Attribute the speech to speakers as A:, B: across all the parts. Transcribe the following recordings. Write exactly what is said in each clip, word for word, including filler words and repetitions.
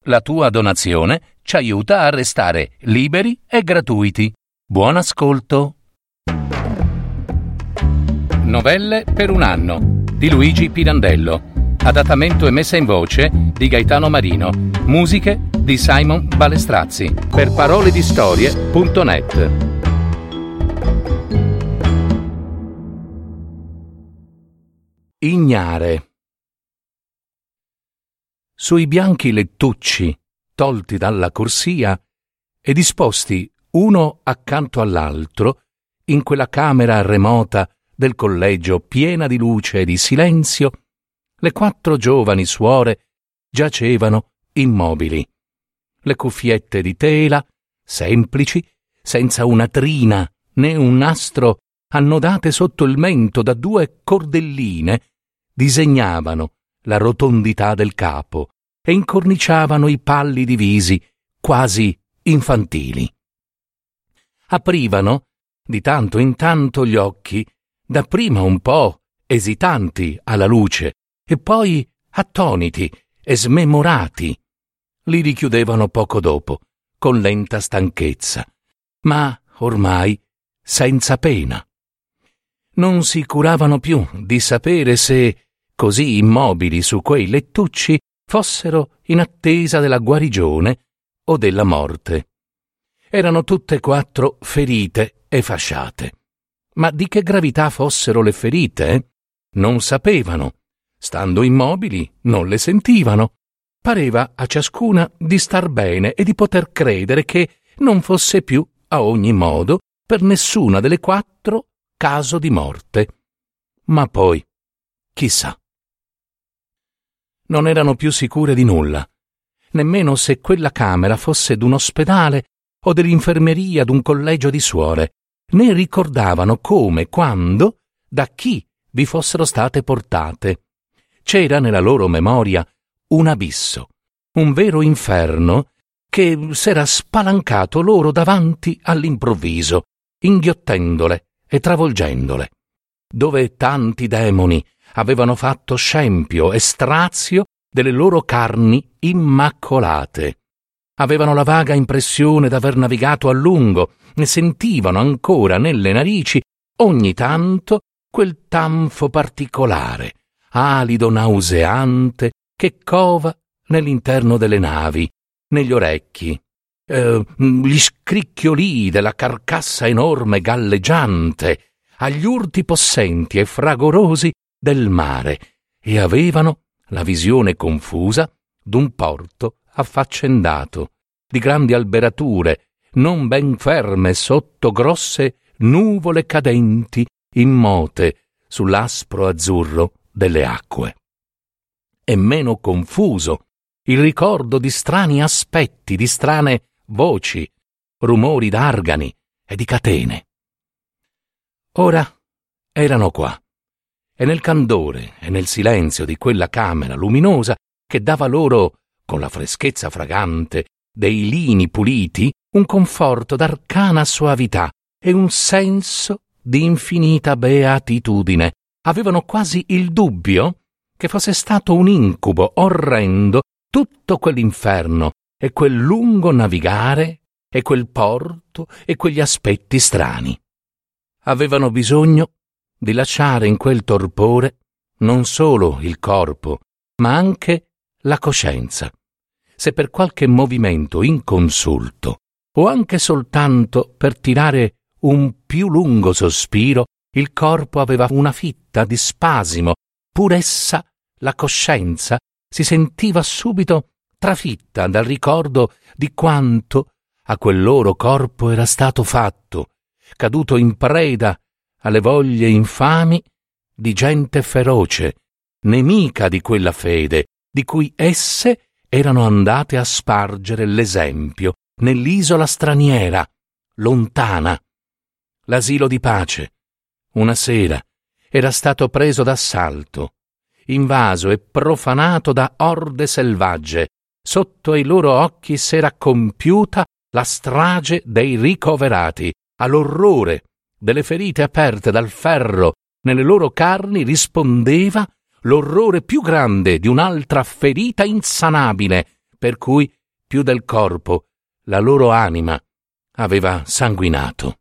A: La tua donazione ci aiuta a restare liberi e gratuiti. Buon ascolto. Novelle per un anno di Luigi Pirandello. Adattamento e messa in voce di Gaetano Marino. Musiche di Simon Balestrazzi. Per paroledistorie punto net. Ignare. Sui bianchi lettucci, tolti dalla corsia e disposti uno accanto all'altro, in quella camera remota del collegio piena di luce e di silenzio, le quattro giovani suore giacevano immobili. Le cuffiette di tela, semplici, senza una trina né un nastro, annodate sotto il mento da due cordelline, disegnavano la rotondità del capo e incorniciavano i pallidi visi quasi infantili. Aprivano di tanto in tanto gli occhi, dapprima un po' esitanti alla luce e poi attoniti e smemorati. Li richiudevano poco dopo, con lenta stanchezza, ma ormai senza pena. Non si curavano più di sapere se, così immobili su quei lettucci, fossero in attesa della guarigione o della morte. Erano tutte e quattro ferite e fasciate. Ma di che gravità fossero le ferite? Non sapevano. Stando immobili, non le sentivano. Pareva a ciascuna di star bene e di poter credere che non fosse più, a ogni modo, per nessuna delle quattro, caso di morte. Ma poi, chissà. Non erano più sicure di nulla, nemmeno se quella camera fosse d'un ospedale o dell'infermeria d'un collegio di suore, né ricordavano come, quando, da chi vi fossero state portate. C'era nella loro memoria un abisso, un vero inferno che s'era spalancato loro davanti all'improvviso, inghiottendole e travolgendole, dove tanti demoni avevano fatto scempio e strazio delle loro carni immacolate. Avevano la vaga impressione d'aver navigato a lungo e sentivano ancora nelle narici ogni tanto quel tanfo particolare, alido nauseante, che cova nell'interno delle navi, negli orecchi, eh, gli scricchiolii della carcassa enorme galleggiante, agli urti possenti e fragorosi del mare, e avevano la visione confusa d'un porto affaccendato, di grandi alberature, non ben ferme sotto grosse nuvole cadenti immote sull'aspro azzurro delle acque. E meno confuso il ricordo di strani aspetti, di strane voci, rumori d'argani e di catene. Ora erano qua, e nel candore e nel silenzio di quella camera luminosa che dava loro, con la freschezza fragante dei lini puliti, un conforto d'arcana soavità e un senso di infinita beatitudine, avevano quasi il dubbio che fosse stato un incubo orrendo tutto quell'inferno e quel lungo navigare e quel porto e quegli aspetti strani. Avevano bisogno di lasciare in quel torpore non solo il corpo, ma anche la coscienza. Se per qualche movimento inconsulto, o anche soltanto per tirare un più lungo sospiro, il corpo aveva una fitta di spasimo, pur essa, la coscienza, si sentiva subito trafitta dal ricordo di quanto a quel loro corpo era stato fatto, caduto in preda alle voglie infami di gente feroce, nemica di quella fede, di cui esse erano andate a spargere l'esempio nell'isola straniera, lontana. L'asilo di pace, una sera, era stato preso d'assalto, invaso e profanato da orde selvagge. Sotto ai loro occhi s'era compiuta la strage dei ricoverati. All'orrore delle ferite aperte dal ferro nelle loro carni rispondeva l'orrore più grande di un'altra ferita insanabile, per cui più del corpo, la loro anima aveva sanguinato.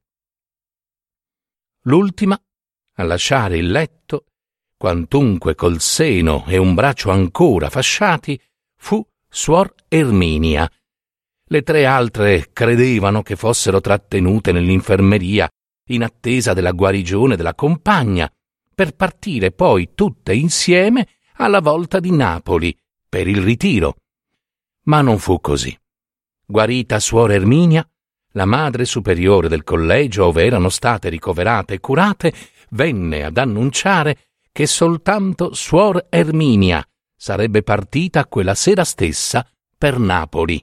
A: L'ultima a lasciare il letto, quantunque col seno e un braccio ancora fasciati, fu suor Erminia. Le tre altre credevano che fossero trattenute nell'infermeria in attesa della guarigione della compagna, per partire poi tutte insieme alla volta di Napoli per il ritiro. Ma non fu così. Guarita suor Erminia, la madre superiore del collegio ove erano state ricoverate e curate, venne ad annunciare che soltanto suor Erminia sarebbe partita quella sera stessa per Napoli.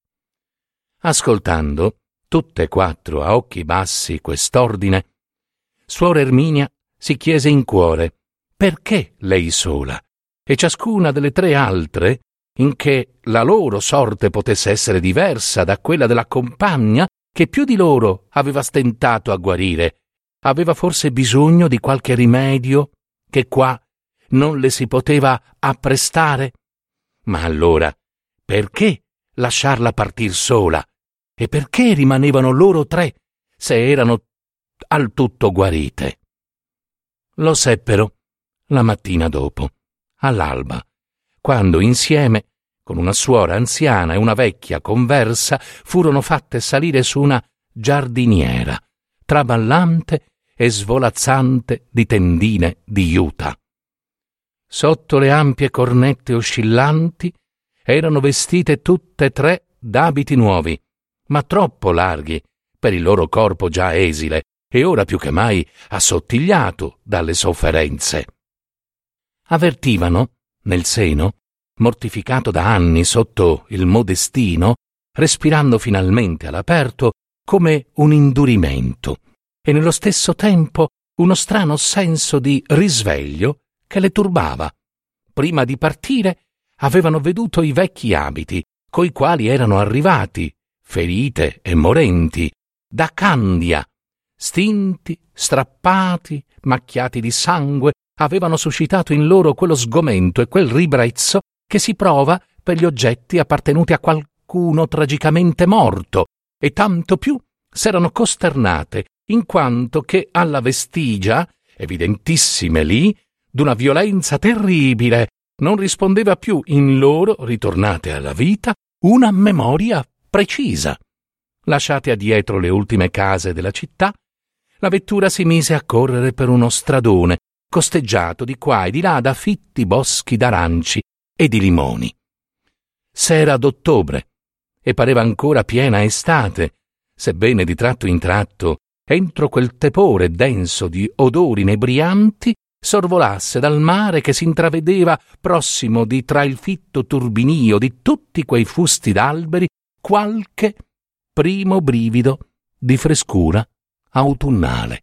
A: Ascoltando, tutte e quattro a occhi bassi, quest'ordine, suor Erminia si chiese in cuore perché lei sola e ciascuna delle tre altre, in che la loro sorte potesse essere diversa da quella della compagna che più di loro aveva stentato a guarire, aveva forse bisogno di qualche rimedio che qua non le si poteva apprestare? Ma allora, perché lasciarla partir sola? E perché rimanevano loro tre, se erano al tutto guarite? Lo seppero la mattina dopo, all'alba, quando insieme, con una suora anziana e una vecchia conversa, furono fatte salire su una giardiniera, traballante e svolazzante di tendine di juta. Sotto le ampie cornette oscillanti erano vestite tutte e tre d'abiti nuovi, ma troppo larghi per il loro corpo già esile e ora più che mai assottigliato dalle sofferenze. Avvertivano, nel seno, mortificato da anni sotto il modestino, respirando finalmente all'aperto, come un indurimento, e nello stesso tempo uno strano senso di risveglio che le turbava. Prima di partire avevano veduto i vecchi abiti, coi quali erano arrivati, ferite e morenti, da Candia. Stinti, strappati, macchiati di sangue, avevano suscitato in loro quello sgomento e quel ribrezzo che si prova per gli oggetti appartenuti a qualcuno tragicamente morto, e tanto più s'erano costernate, in quanto che alla vestigia, evidentissime lì, d'una violenza terribile, non rispondeva più in loro, ritornate alla vita, una memoria precisa. Lasciate addietro le ultime case della città, la vettura si mise a correre per uno stradone, costeggiato di qua e di là da fitti boschi d'aranci e di limoni. S'era d'ottobre e pareva ancora piena estate, sebbene di tratto in tratto, entro quel tepore denso di odori inebrianti, sorvolasse dal mare che si intravedeva prossimo di tra il fitto turbinio di tutti quei fusti d'alberi qualche primo brivido di frescura autunnale.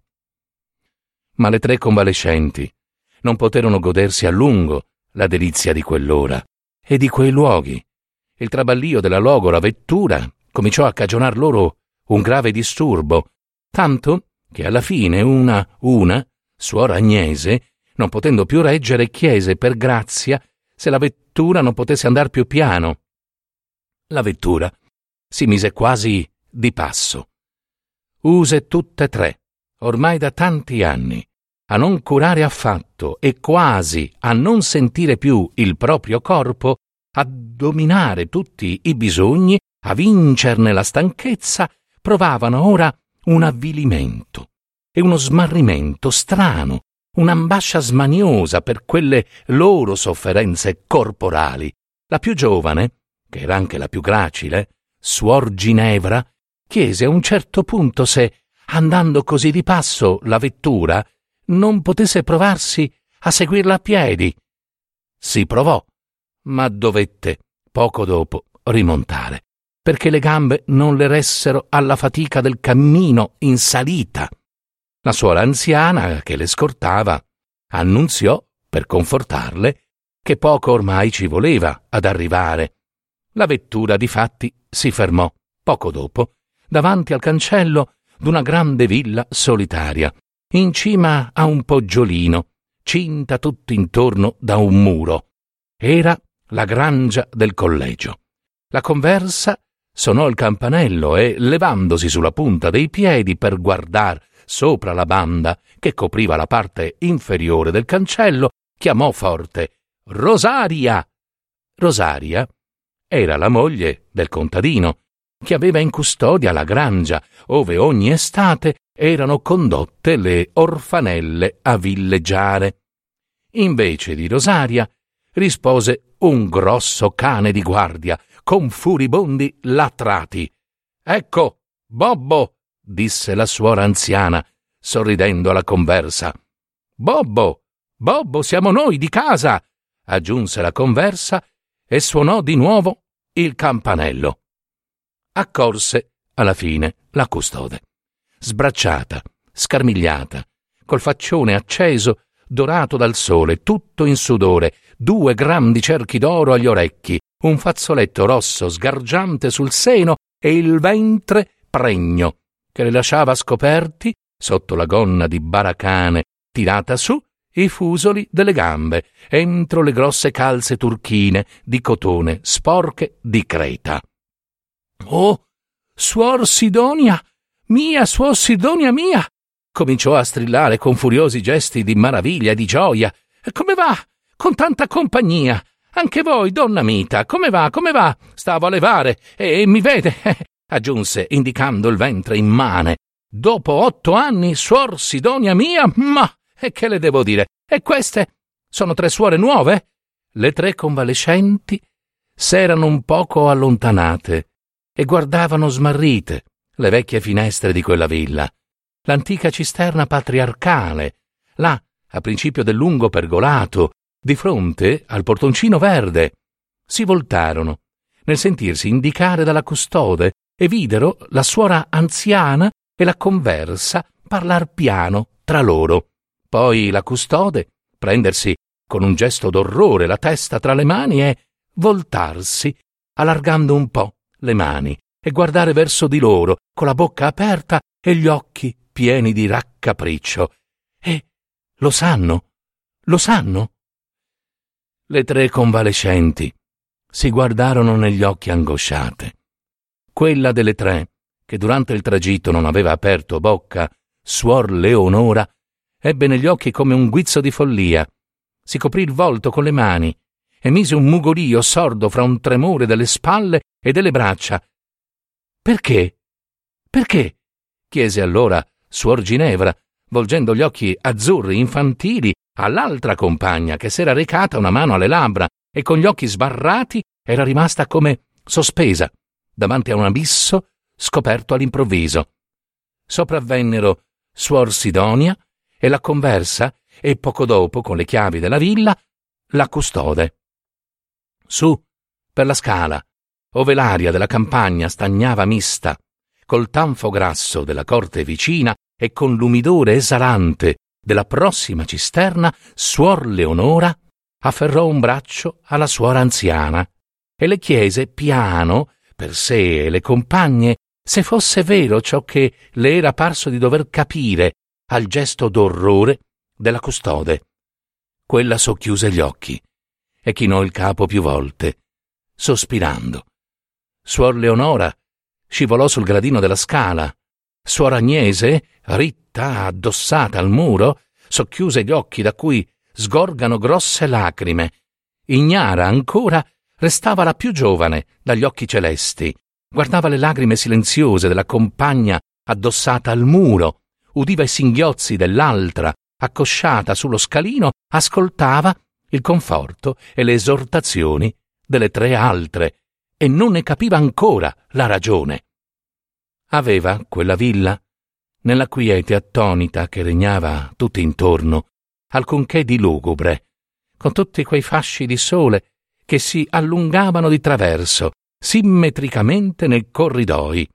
A: Ma le tre convalescenti non poterono godersi a lungo la delizia di quell'ora e di quei luoghi. Il traballio della logora vettura cominciò a cagionar loro un grave disturbo, tanto che alla fine una, una, suor Agnese, non potendo più reggere, chiese per grazia se la vettura non potesse andar più piano. La vettura si mise quasi di passo. Use tutte e tre, ormai da tanti anni, a non curare affatto e quasi a non sentire più il proprio corpo, a dominare tutti i bisogni, a vincerne la stanchezza, provavano ora un avvilimento e uno smarrimento strano, un'ambascia smaniosa per quelle loro sofferenze corporali. La più giovane, che era anche la più gracile, suor Ginevra, chiese a un certo punto se, andando così di passo la vettura, non potesse provarsi a seguirla a piedi. Si provò, ma dovette, poco dopo, rimontare, perché le gambe non le ressero alla fatica del cammino in salita. La suora anziana, che le scortava, annunziò, per confortarle, che poco ormai ci voleva ad arrivare. La vettura, difatti, si fermò, poco dopo, davanti al cancello d'una grande villa solitaria, in cima a un poggiolino, cinta tutto intorno da un muro. Era la grangia del collegio. La conversa sonò il campanello e, levandosi sulla punta dei piedi per guardar sopra la banda che copriva la parte inferiore del cancello, chiamò forte: «Rosaria!» Rosaria era la moglie del contadino, che aveva in custodia la grangia, ove ogni estate erano condotte le orfanelle a villeggiare. Invece di Rosaria rispose un grosso cane di guardia, con furibondi latrati. «Ecco, Bobbo!» disse la suora anziana, sorridendo alla conversa. «Bobbo! Bobbo, siamo noi di casa!» aggiunse la conversa e suonò di nuovo il campanello. Accorse alla fine la custode, sbracciata, scarmigliata, col faccione acceso, dorato dal sole, tutto in sudore, due grandi cerchi d'oro agli orecchi, un fazzoletto rosso sgargiante sul seno e il ventre pregno, che le lasciava scoperti, sotto la gonna di baracane tirata su, i fusoli delle gambe, entro le grosse calze turchine di cotone sporche di Creta. «Oh, suor Sidonia! Mia, suor Sidonia mia!» cominciò a strillare con furiosi gesti di maraviglia e di gioia. «Come va? Con tanta compagnia! Anche voi, donna Mita, come va, come va? Stavo a levare e, e mi vede!» aggiunse, indicando il ventre immane. «Dopo otto anni, suor Sidonia mia, ma e che le devo dire? E queste sono tre suore nuove?» Le tre convalescenti s'erano un poco allontanate e guardavano smarrite le vecchie finestre di quella villa, l'antica cisterna patriarcale, là, a principio del lungo pergolato, di fronte al portoncino verde. Si voltarono nel sentirsi indicare dalla custode e videro la suora anziana e la conversa parlar piano tra loro. Poi la custode prendersi con un gesto d'orrore la testa tra le mani e voltarsi, allargando un po' le mani, e guardare verso di loro con la bocca aperta e gli occhi pieni di raccapriccio. E lo sanno? Lo sanno? Le tre convalescenti si guardarono negli occhi angosciate. Quella delle tre, che durante il tragitto non aveva aperto bocca, suor Leonora, ebbe negli occhi come un guizzo di follia, si coprì il volto con le mani e mise un mugolio sordo fra un tremore delle spalle e delle braccia. «Perché? Perché?» chiese allora suor Ginevra, volgendo gli occhi azzurri infantili all'altra compagna, che s'era recata una mano alle labbra e con gli occhi sbarrati era rimasta come sospesa davanti a un abisso scoperto all'improvviso. Sopravvennero suor Sidonia e la conversa e poco dopo, con le chiavi della villa, la custode. Su, per la scala, ove l'aria della campagna stagnava mista, col tanfo grasso della corte vicina e con l'umidore esalante della prossima cisterna, suor Leonora afferrò un braccio alla suora anziana e le chiese piano, per sé e le compagne, se fosse vero ciò che le era parso di dover capire al gesto d'orrore della custode. Quella socchiuse gli occhi e chinò il capo più volte, sospirando. Suor Leonora scivolò sul gradino della scala. Suor Agnese, ritta, addossata al muro, socchiuse gli occhi da cui sgorgano grosse lacrime. Ignara ancora restava la più giovane dagli occhi celesti. Guardava le lagrime silenziose della compagna addossata al muro, udiva i singhiozzi dell'altra, accosciata sullo scalino, ascoltava il conforto e le esortazioni delle tre altre e non ne capiva ancora la ragione. Aveva quella villa, nella quiete attonita che regnava tutto intorno, alcunché di lugubre, con tutti quei fasci di sole che si allungavano di traverso, simmetricamente nei corridoi.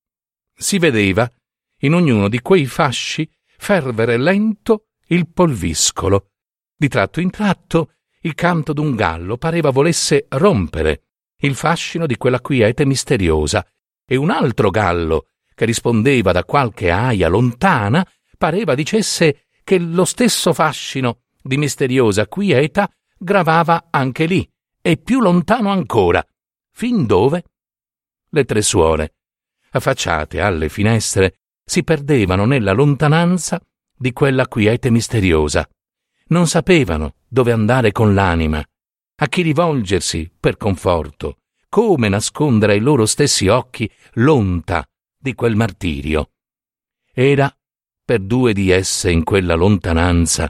A: Si vedeva in ognuno di quei fasci fervere lento il polviscolo. Di tratto in tratto il canto d'un gallo pareva volesse rompere il fascino di quella quiete misteriosa, e un altro gallo, che rispondeva da qualche aia lontana, pareva dicesse che lo stesso fascino di misteriosa quieta gravava anche lì, e più lontano ancora, fin dove Le tre suore, affacciate alle finestre, si perdevano nella lontananza di quella quiete misteriosa. Non sapevano dove andare con l'anima, a chi rivolgersi per conforto, come nascondere ai loro stessi occhi l'onta di quel martirio. Era per due di esse in quella lontananza,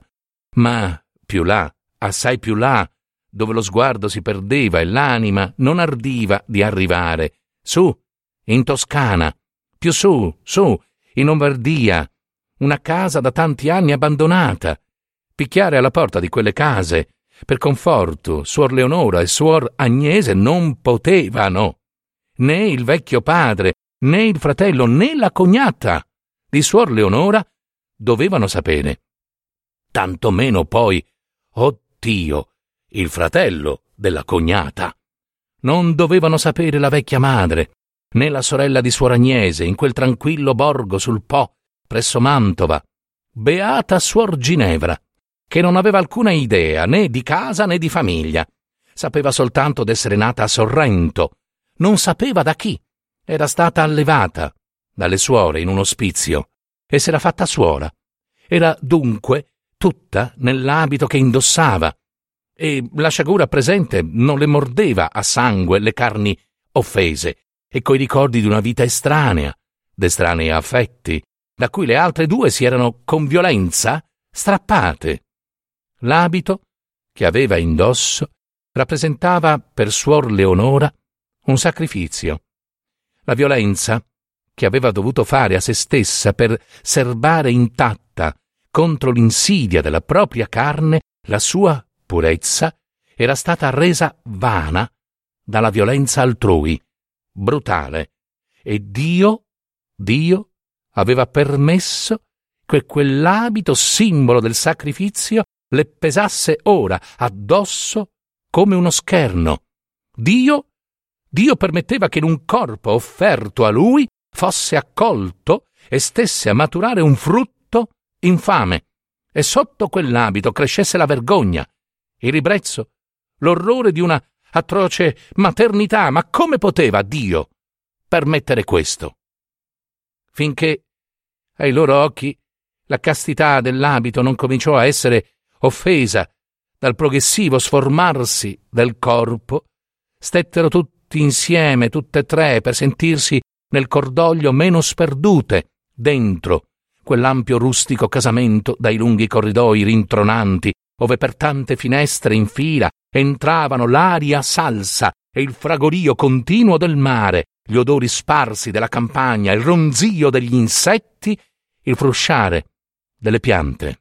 A: ma più là, assai più là, dove lo sguardo si perdeva e l'anima non ardiva di arrivare, su, in Toscana, più su, su, in Lombardia, una casa da tanti anni abbandonata. Picchiare alla porta di quelle case, per conforto, suor Leonora e suor Agnese non potevano. Né il vecchio padre, né il fratello, né la cognata di suor Leonora dovevano sapere. Tanto meno poi, oh Dio, il fratello della cognata. Non dovevano sapere la vecchia madre, né la sorella di suor Agnese in quel tranquillo borgo sul Po, presso Mantova. Beata suor Ginevra, che non aveva alcuna idea né di casa né di famiglia. Sapeva soltanto d'essere nata a Sorrento. Non sapeva da chi. Era stata allevata dalle suore in un ospizio e s'era fatta suora. Era dunque tutta nell'abito che indossava e la sciagura presente non le mordeva a sangue le carni offese e coi ricordi di una vita estranea, d'estranei affetti, da cui le altre due si erano con violenza strappate. L'abito che aveva indosso rappresentava per suor Leonora un sacrificio. La violenza che aveva dovuto fare a se stessa per serbare intatta contro l'insidia della propria carne la sua purezza era stata resa vana dalla violenza altrui, brutale, e Dio, Dio aveva permesso che quell'abito simbolo del sacrificio le pesasse ora addosso come uno scherno. Dio, Dio permetteva che in un corpo offerto a lui fosse accolto e stesse a maturare un frutto infame, e sotto quell'abito crescesse la vergogna, il ribrezzo, l'orrore di una atroce maternità. Ma come poteva Dio permettere questo? Finché ai loro occhi la castità dell'abito non cominciò a essere offesa dal progressivo sformarsi del corpo, stettero tutti insieme, tutte e tre, per sentirsi nel cordoglio meno sperdute dentro quell'ampio rustico casamento dai lunghi corridoi rintronanti, ove per tante finestre in fila entravano l'aria salsa e il fragorio continuo del mare, gli odori sparsi della campagna, il ronzio degli insetti, il frusciare delle piante.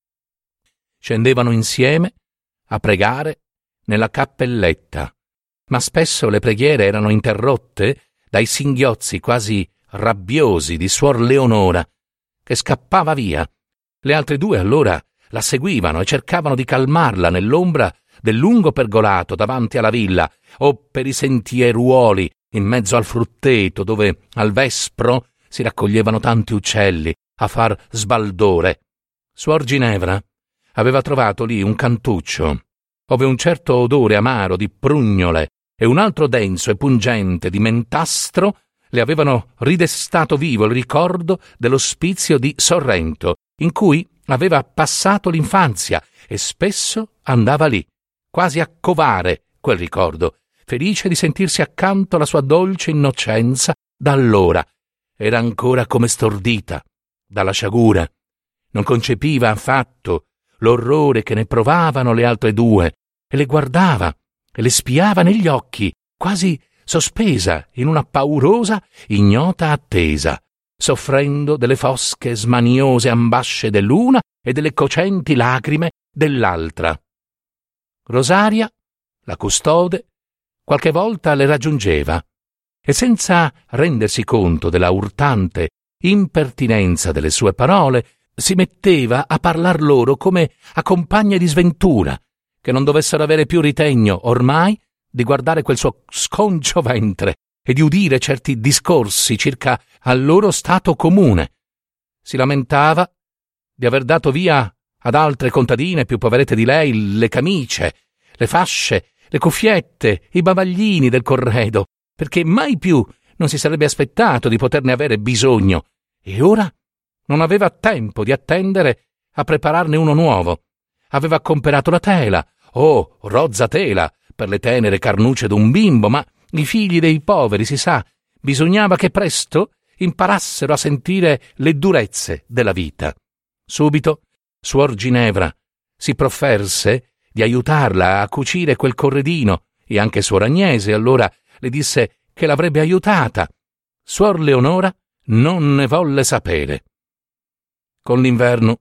A: Scendevano insieme a pregare nella cappelletta, ma spesso le preghiere erano interrotte dai singhiozzi quasi rabbiosi di suor Leonora, che scappava via. Le altre due allora la seguivano e cercavano di calmarla nell'ombra del lungo pergolato davanti alla villa o per i sentieruoli in mezzo al frutteto, dove al vespro si raccoglievano tanti uccelli a far sbaldore. Suor Ginevra aveva trovato lì un cantuccio, ove un certo odore amaro di prugnole e un altro denso e pungente di mentastro le avevano ridestato vivo il ricordo dell'ospizio di Sorrento, in cui aveva passato l'infanzia, e spesso andava lì, quasi a covare quel ricordo, felice di sentirsi accanto la sua dolce innocenza. Da allora era ancora come stordita dalla sciagura. Non concepiva affatto l'orrore che ne provavano le altre due, e le guardava e le spiava negli occhi, quasi sospesa in una paurosa, ignota attesa, soffrendo delle fosche smaniose ambasce dell'una e delle cocenti lacrime dell'altra. Rosaria, la custode, qualche volta le raggiungeva e, senza rendersi conto della urtante impertinenza delle sue parole, si metteva a parlar loro come a compagne di sventura, che non dovessero avere più ritegno ormai di guardare quel suo sconcio ventre e di udire certi discorsi circa al loro stato comune. Si lamentava di aver dato via ad altre contadine più poverette di lei le camicie, le fasce, le cuffiette, i bavaglini del corredo, perché mai più non si sarebbe aspettato di poterne avere bisogno, e ora non aveva tempo di attendere a prepararne uno nuovo. Aveva comperato la tela, oh, rozza tela, per le tenere carnucce d'un bimbo, ma i figli dei poveri, si sa, bisognava che presto imparassero a sentire le durezze della vita. Subito Suor Ginevra si profferse di aiutarla a cucire quel corredino, e anche Suor Agnese allora le disse che l'avrebbe aiutata. Suor Leonora non ne volle sapere. Con l'inverno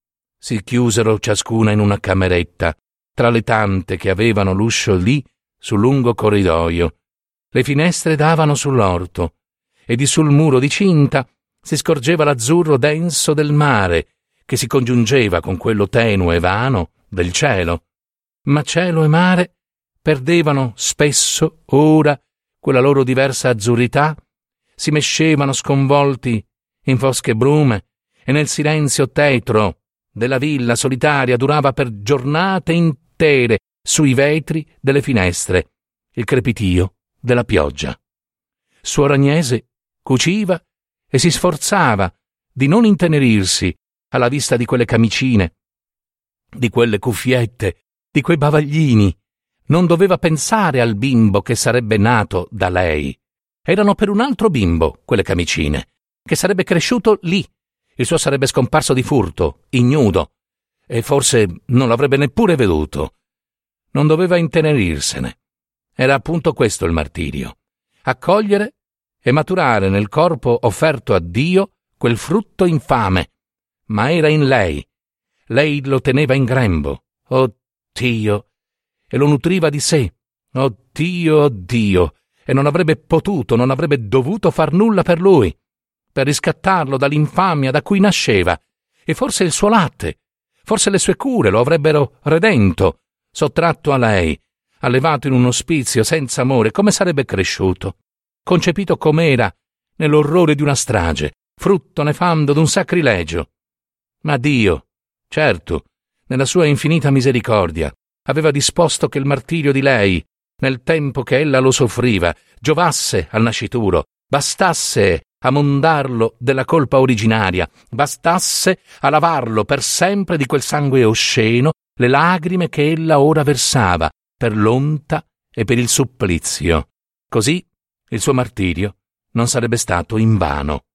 A: si chiusero ciascuna in una cameretta, tra le tante che avevano l'uscio lì sul lungo corridoio. Le finestre davano sull'orto, e di sul muro di cinta si scorgeva l'azzurro denso del mare, che si congiungeva con quello tenue e vano del cielo. Ma cielo e mare perdevano spesso, ora, quella loro diversa azzurrità, si mescevano sconvolti in fosche brume, e nel silenzio tetro della villa solitaria durava per giornate intere sui vetri delle finestre il crepitio della pioggia. Suor Agnese cuciva e si sforzava di non intenerirsi alla vista di quelle camicine, di quelle cuffiette, di quei bavaglini. Non doveva pensare al bimbo che sarebbe nato da lei. Erano per un altro bimbo quelle camicine, che sarebbe cresciuto lì. Il suo sarebbe scomparso di furto, ignudo, e forse non l'avrebbe neppure veduto. Non doveva intenerirsene. Era appunto questo il martirio: accogliere e maturare nel corpo offerto a Dio quel frutto infame. Ma era in lei. Lei lo teneva in grembo. Oh Dio! E lo nutriva di sé. Oh Dio, oh Dio! E non avrebbe potuto, non avrebbe dovuto far nulla per lui, per riscattarlo dall'infamia da cui nasceva. E forse il suo latte, forse le sue cure lo avrebbero redento, sottratto a lei, allevato in un ospizio senza amore. Come sarebbe cresciuto, concepito com'era nell'orrore di una strage, frutto nefando d'un sacrilegio. Ma Dio, certo, nella sua infinita misericordia, aveva disposto che il martirio di lei, nel tempo che ella lo soffriva, giovasse al nascituro, bastasse a mondarlo della colpa originaria, bastasse a lavarlo per sempre di quel sangue osceno, le lagrime che ella ora versava per l'onta e per il supplizio. Così il suo martirio non sarebbe stato invano.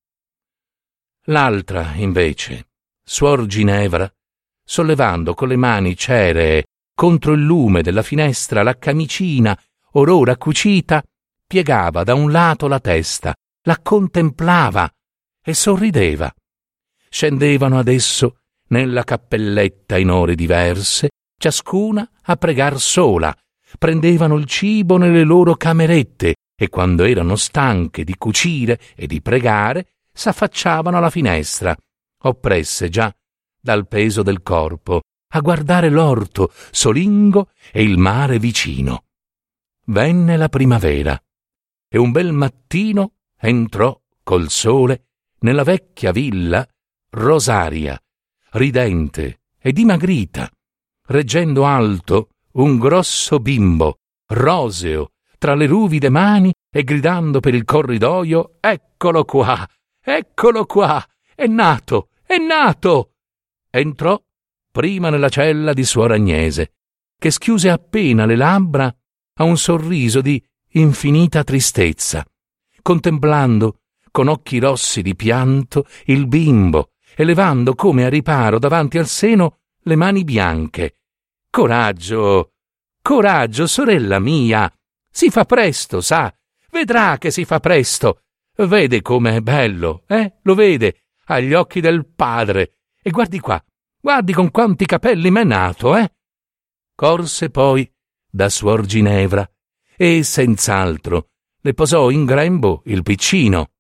A: L'altra, invece, Suor Ginevra, sollevando con le mani ceree contro il lume della finestra la camicina or ora cucita, piegava da un lato la testa, la contemplava e sorrideva. Scendevano adesso nella cappelletta in ore diverse, ciascuna a pregar sola, prendevano il cibo nelle loro camerette e quando erano stanche di cucire e di pregare s'affacciavano alla finestra, oppresse già dal peso del corpo, a guardare l'orto solingo e il mare vicino. Venne la primavera e un bel mattino entrò col sole nella vecchia villa Rosaria, ridente e dimagrita, reggendo alto un grosso bimbo, roseo, tra le ruvide mani e gridando per il corridoio: «Eccolo qua! Eccolo qua! È nato! È nato!» Entrò prima nella cella di Suor Agnese, che schiuse appena le labbra a un sorriso di infinita tristezza, contemplando con occhi rossi di pianto il bimbo e levando come a riparo davanti al seno le mani bianche. «Coraggio! Coraggio, sorella mia! Si fa presto, sa! Vedrà che si fa presto! Vede come è bello, eh? Lo vede? Agli occhi del padre! E guardi qua! Guardi con quanti capelli m'è nato, eh!» Corse poi da Suor Ginevra e, senz'altro, le posò in grembo il piccino.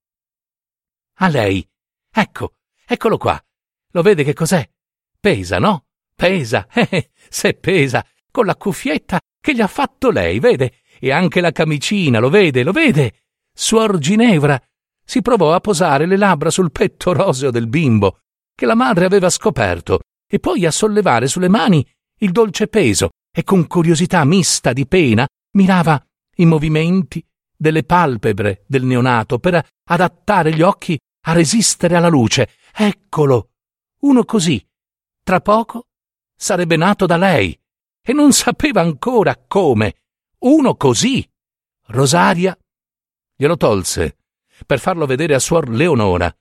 A: «A lei! Ecco, eccolo qua! Lo vede che cos'è? Pesa, no? Pesa! Eh, eh, se pesa! Con la cuffietta che gli ha fatto lei, vede? E anche la camicina, lo vede, lo vede?» Suor Ginevra si provò a posare le labbra sul petto roseo del bimbo, che la madre aveva scoperto, e poi a sollevare sulle mani il dolce peso, e con curiosità mista di pena mirava i movimenti delle palpebre del neonato per adattare gli occhi a resistere alla luce. Eccolo, uno così. Tra poco sarebbe nato da lei e non sapeva ancora come. Uno così. Rosaria glielo tolse per farlo vedere a suor Leonora,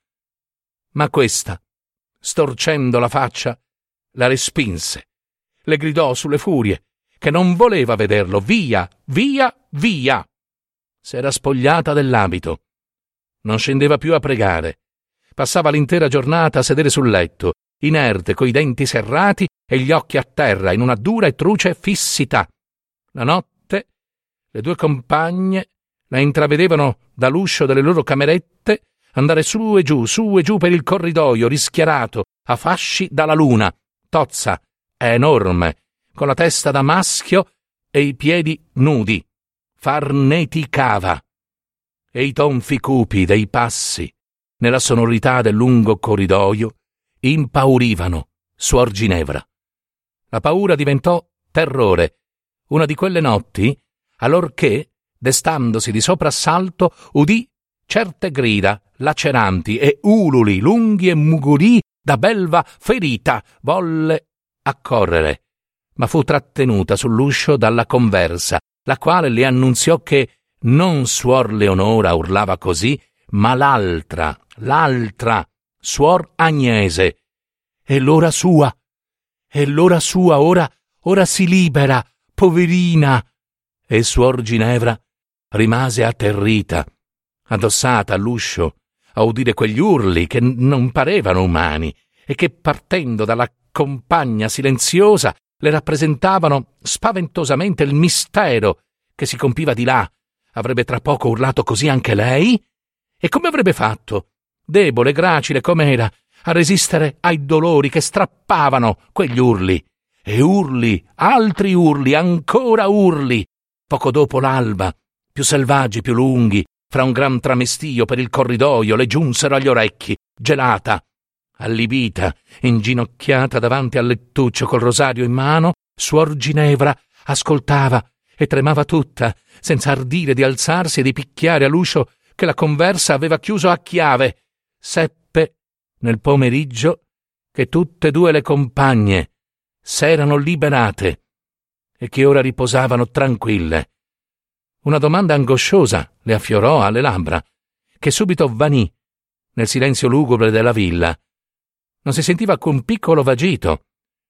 A: ma questa, storcendo la faccia, la respinse. Le gridò sulle furie che non voleva vederlo. Via, via, via! S'era spogliata dell'abito. Non scendeva più a pregare. Passava l'intera giornata a sedere sul letto, inerte, coi denti serrati e gli occhi a terra, in una dura e truce fissità. La notte le due compagne la intravedevano dall'uscio delle loro camerette andare su e giù, su e giù per il corridoio rischiarato a fasci dalla luna, tozza, enorme, con la testa da maschio e i piedi nudi. Farneticava. E i tonfi cupi dei passi, nella sonorità del lungo corridoio, impaurivano suor Ginevra. La paura diventò terrore, una di quelle notti, allorché, destandosi di soprassalto, udì certe grida laceranti e ululi lunghi e mugolii da belva ferita. Volle accorrere, ma fu trattenuta sull'uscio dalla conversa, la quale le annunziò che non suor Leonora urlava così, ma l'altra, l'altra, suor Agnese. E l'ora sua, e l'ora sua, ora, ora si libera, poverina. E suor Ginevra rimase atterrita, addossata all'uscio, a udire quegli urli che non parevano umani e che, partendo dalla compagna silenziosa, le rappresentavano spaventosamente il mistero che si compiva di là. Avrebbe tra poco urlato così anche lei? E come avrebbe fatto, debole, gracile com'era, a resistere ai dolori che strappavano quegli urli? E urli, altri urli, ancora urli. Poco dopo l'alba, più selvaggi, più lunghi, fra un gran tramestio per il corridoio, le giunsero agli orecchi, gelata, allibita, inginocchiata davanti al lettuccio col rosario in mano. Suor Ginevra ascoltava e tremava tutta, senza ardire di alzarsi e di picchiare all'uscio che la conversa aveva chiuso a chiave. Seppe nel pomeriggio che tutte e due le compagne s'erano liberate e che ora riposavano tranquille. Una domanda angosciosa le affiorò alle labbra, che subito vanì nel silenzio lugubre della villa. Non si sentiva che un piccolo vagito.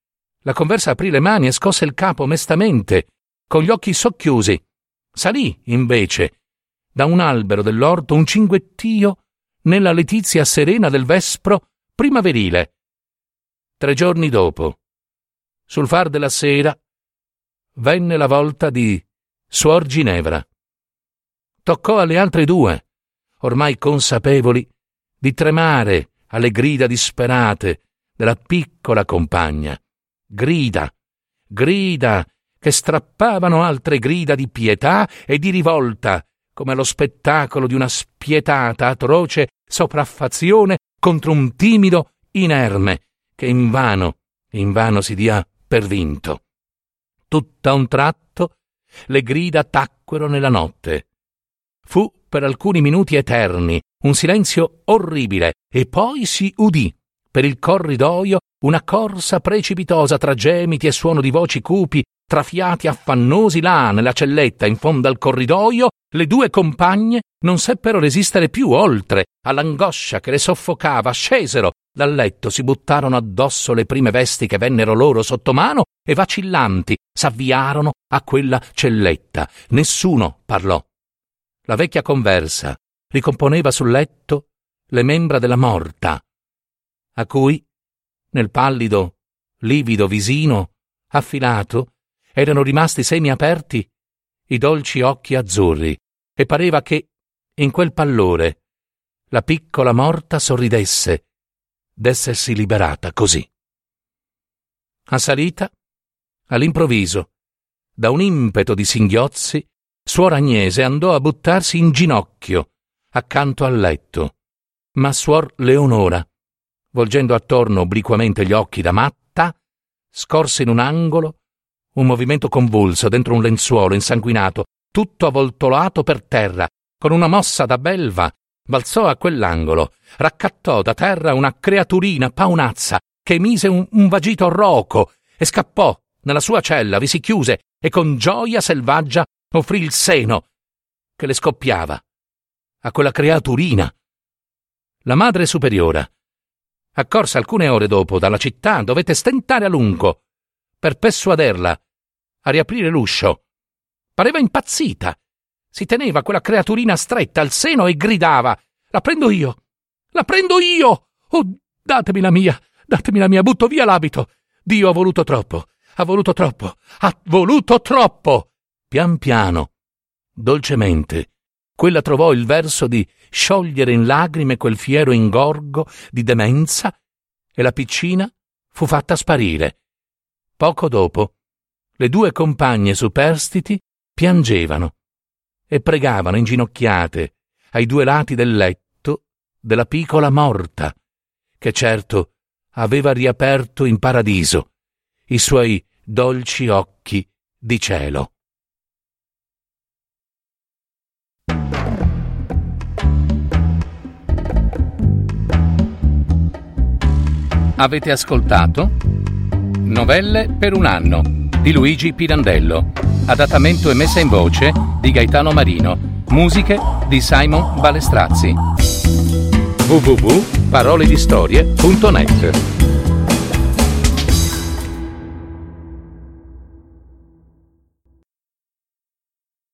A: La conversa aprì le mani e scosse il capo mestamente, con gli occhi socchiusi. Salì, invece, da un albero dell'orto un cinguettio nella letizia serena del vespro primaverile. Tre giorni dopo, sul far della sera, venne la volta di suor Ginevra. Toccò alle altre due, ormai consapevoli di tremare alle grida disperate della piccola compagna. Grida, grida che strappavano altre grida di pietà e di rivolta, come allo spettacolo di una spietata, atroce sopraffazione contro un timido inerme che invano, invano si dia per vinto. Tutt'a un tratto le grida tacquero nella notte. Fu per alcuni minuti eterni un silenzio orribile e poi si udì per il corridoio una corsa precipitosa tra gemiti e suono di voci cupi, tra fiati affannosi. Là, nella celletta in fondo al corridoio, le due compagne non seppero resistere più oltre all'angoscia che le soffocava. Scesero dal letto, si buttarono addosso le prime vesti che vennero loro sotto mano e vacillanti s'avviarono a quella celletta. Nessuno parlò. La vecchia conversa ricomponeva sul letto le membra della morta, a cui, nel pallido, livido visino affilato, erano rimasti semiaperti i dolci occhi azzurri, e pareva che, in quel pallore, la piccola morta sorridesse d'essersi liberata così. Assalita, all'improvviso, da un impeto di singhiozzi, suor Agnese andò a buttarsi in ginocchio accanto al letto, ma suor Leonora, volgendo attorno obliquamente gli occhi da matta, scorse in un angolo un movimento convulso dentro un lenzuolo insanguinato, tutto avvoltolato per terra, con una mossa da belva, balzò a quell'angolo, raccattò da terra una creaturina paonazza che emise un, un vagito roco e scappò nella sua cella, vi si chiuse e con gioia selvaggia offrì il seno che le scoppiava a quella creaturina. La madre superiora, accorsa alcune ore dopo dalla città, dovette stentare a lungo per persuaderla a riaprire l'uscio. Pareva impazzita. Si teneva quella creaturina stretta al seno e gridava: «La prendo io! La prendo io! Oh, datemi la mia! Datemi la mia! Butto via l'abito! Dio ha voluto troppo! Ha voluto troppo! Ha voluto troppo!» Pian piano, dolcemente, quella trovò il verso di sciogliere in lagrime quel fiero ingorgo di demenza e la piccina fu fatta sparire. Poco dopo, le due compagne superstiti piangevano e pregavano inginocchiate ai due lati del letto della piccola morta, che certo aveva riaperto in paradiso i suoi dolci occhi di cielo. Avete ascoltato Novelle per un anno di Luigi Pirandello, adattamento e messa in voce di Gaetano Marino, musiche di Simon Balestrazzi. w w w punto paroledistorie punto net